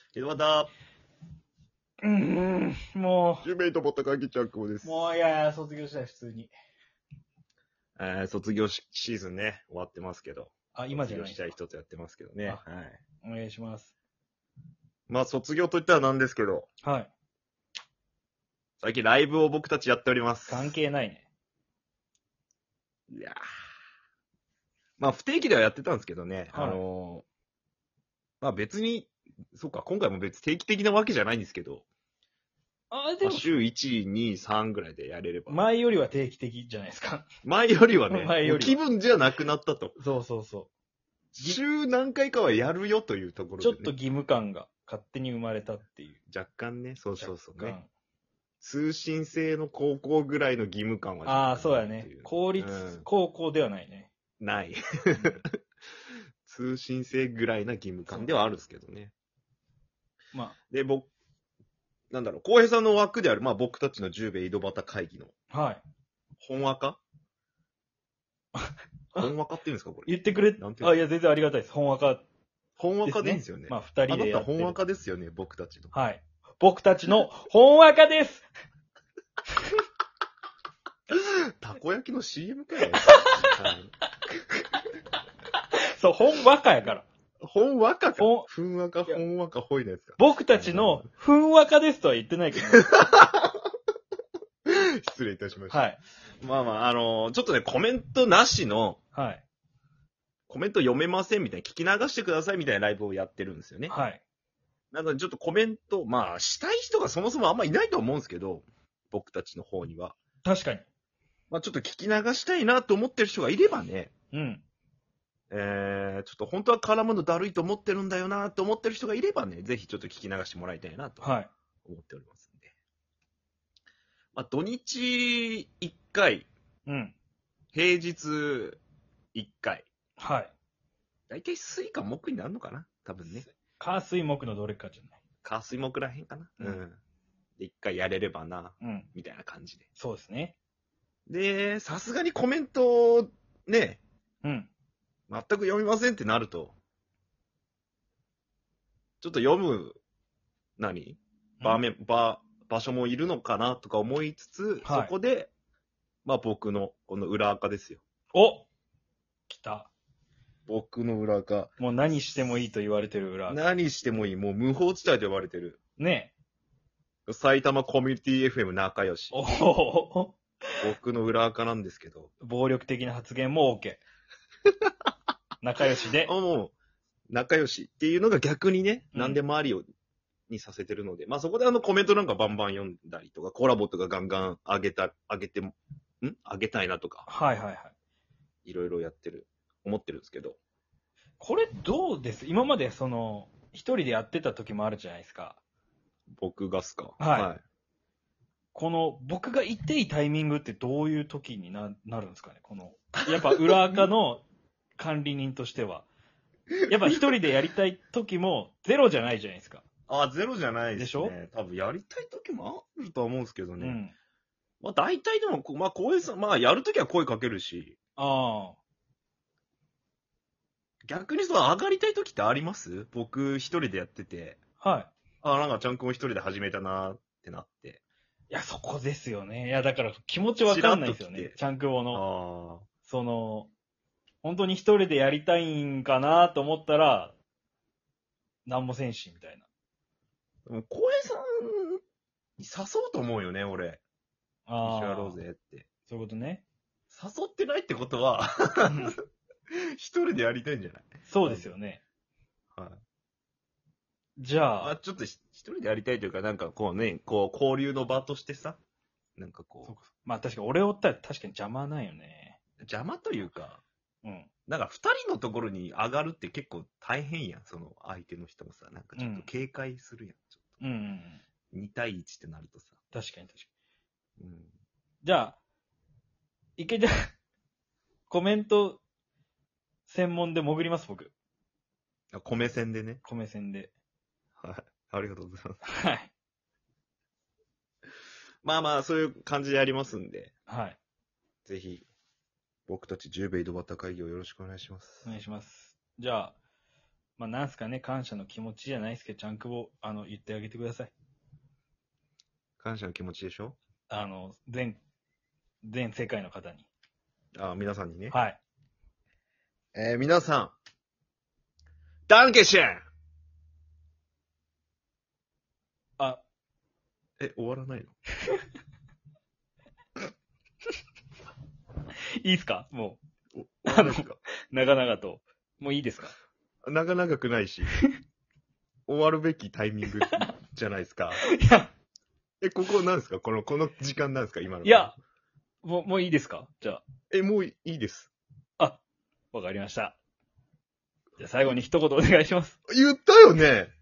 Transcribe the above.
井戸端、 も 10名とぼったかぎちゃんこです。 う、いやいや、卒業したい、普通に。 卒業シーズンね、終わってますけど。 あ、今じゃない卒業したい人とやってますけどね。はい。 お願いします。 まあ、卒業といったらなんですけど、 はい。 最近ライブを僕たちやっております。 関係ないね。 いやーまあ、不定期ではやってたんですけどね。 はいまあ別に、そうか、今回も別に定期的なわけじゃないんですけど、 でも、 週1、2、3ぐらいでやれれば。 前よりは定期的じゃないですか。 前よりはね、 前よりはもう気分じゃなくなったと。 そうそうそ週何回かはやるよというとこう。 ろで、ね。 ちょっと義務感が勝手に生まれたっていう。 若干ね、そうそうそうね。 若干通信制の高校ぐらいの義務感は若干ああ、そうやねってい。 公立高校ではないね。 ない。通信制ぐらいな義務感ではあるんですけどね。 まで、なんだろう、浩平さんの枠である、まあ僕たちの十兵衛井戸端会議の、 あ、はい。 本赤本赤って言うんですか、これ。 言ってくれ、 なんていうのいや、全然ありがたいです。本赤。 本赤でいいんですよね。 まあ、二人でやってる。 あなた本赤ですよね、僕たちの。 はい。僕たちの本赤ですたこ焼きの CM かよ。はいそう、本赤やから。 本和歌か。 本ふんわか、本和歌、ほいのやつか。 僕たちのふんわかですとは言ってないけど。 失礼いたしました。 はい。 まあまあ、ちょっとね、コメントなしの、 はい。 コメント読めませんみたいな、聞き流してくださいみたいなライブをやってるんですよね。 はい。 なのでちょっとコメント、まあ、したい人がそもそもあんまいないと思うんですけど、僕たちの方には。 確かに。 まあちょっと聞き流したいなと思ってる人がいればね、 うん。 ちょっと本当は絡むのだるいと思ってるんだよなと思ってる人がいればね、ぜひちょっと聞き流してもらいたいなとはい。 思っておりますんで。まあ土日1回、 うん。 平日1回。 はい。 だいたい水か木になるのかな多分ね。 火水木のどれかじゃない。 火水木らへんかな、 うんで、1回やれればな、 うん。 みたいな感じで。 そうですね。 で、さすがにコメントね、 うん。 全く読みませんってなると、ちょっと読む、場所もいるのかなとか思いつつ、 はいそこで、まあ僕のこの裏垢ですよ。 お来た。 僕の裏垢。 もう何してもいいと言われてる裏。 何してもいい。もう無法地帯と呼ばれてる。 ね埼玉コミュニティ FM 仲良しえ。。お僕の裏垢なんですけど。 暴力的な発言も OK。仲良しで。 もう、仲良しっていうのが逆にね、 うん何でもありにさせてるので、まあそこでコメントなんかバンバン読んだりとか、コラボとかガンガン上げたいなとか、 はいはいはい。 いろいろ思ってるんですけど。 これどうです今まで一人でやってた時もあるじゃないですか。 僕がっすか。 はいこの、僕が言っていいタイミングってどういう時になるんですかねやっぱ裏垢の管理人としては。やっぱ一人でやりたい時もゼロじゃないじゃないですか。 ゼロじゃないですね。 でしょ多分やりたい時もあるとは思うんですけどね。 うん。 まあ大体でも、まあ浩平さん、まあやる時は声かけるし、 あ逆に上がりたい時ってあります僕一人でやってて、 あ。はい。 なんかちゃんくんも一人で始めたなってなって。 いや、そこですよね。いや、だから気持ちわかんないですよね。 チラッと来てチャンクボの。 あ本当に一人でやりたいんかなと思ったら、なんもせんし、みたいな。 でも浩平さんに誘うと思うよね、俺。一緒やろうぜって。 そういうことね。 誘ってないってことは、一人でやりたいんじゃないそうですよね。 はい。 じゃあ、 ちょっと一人でやりたいというか、なんか交流の場としてさ、なんかそうかまあ確かに俺おったら確かに邪魔なんよね。 邪魔というか、 うん。 なんか二人のところに上がるって結構大変やん、その相手の人もさ、なんかちょっと警戒するやん、ちょっうんうんうん。 と。2対1ってなるとさ。 確かに確かに。 うん。 じゃあ、じゃあ、コメント専門で潜ります、僕。 米線でね。 米線で。 はい。ありがとうございます。 はい。 まあまあ、そういう感じでやりますんで、 はい。 ぜひ、僕たち10米井戸端会議をよろしくお願いします。 お願いします。じゃあ、 まあ、なんすかね、感謝の気持ちじゃないですけど、ちゃんくぼ、言ってあげてください。 感謝の気持ちでしょ？ 全世界の方に。 皆さんにね。 はい。 皆さん、ダンケシェン。終わらないの？ いいっすかも終わらないですか？ う、長々と。もういいですか？ 長くないし、終わるべきタイミングじゃないですか。 いや、 ここなんですか？この時間なんですか？今の。 いや、もういいですか？じゃもういいです。 あ。わかりました。じゃあ最後に一言お願いします。 言ったよね？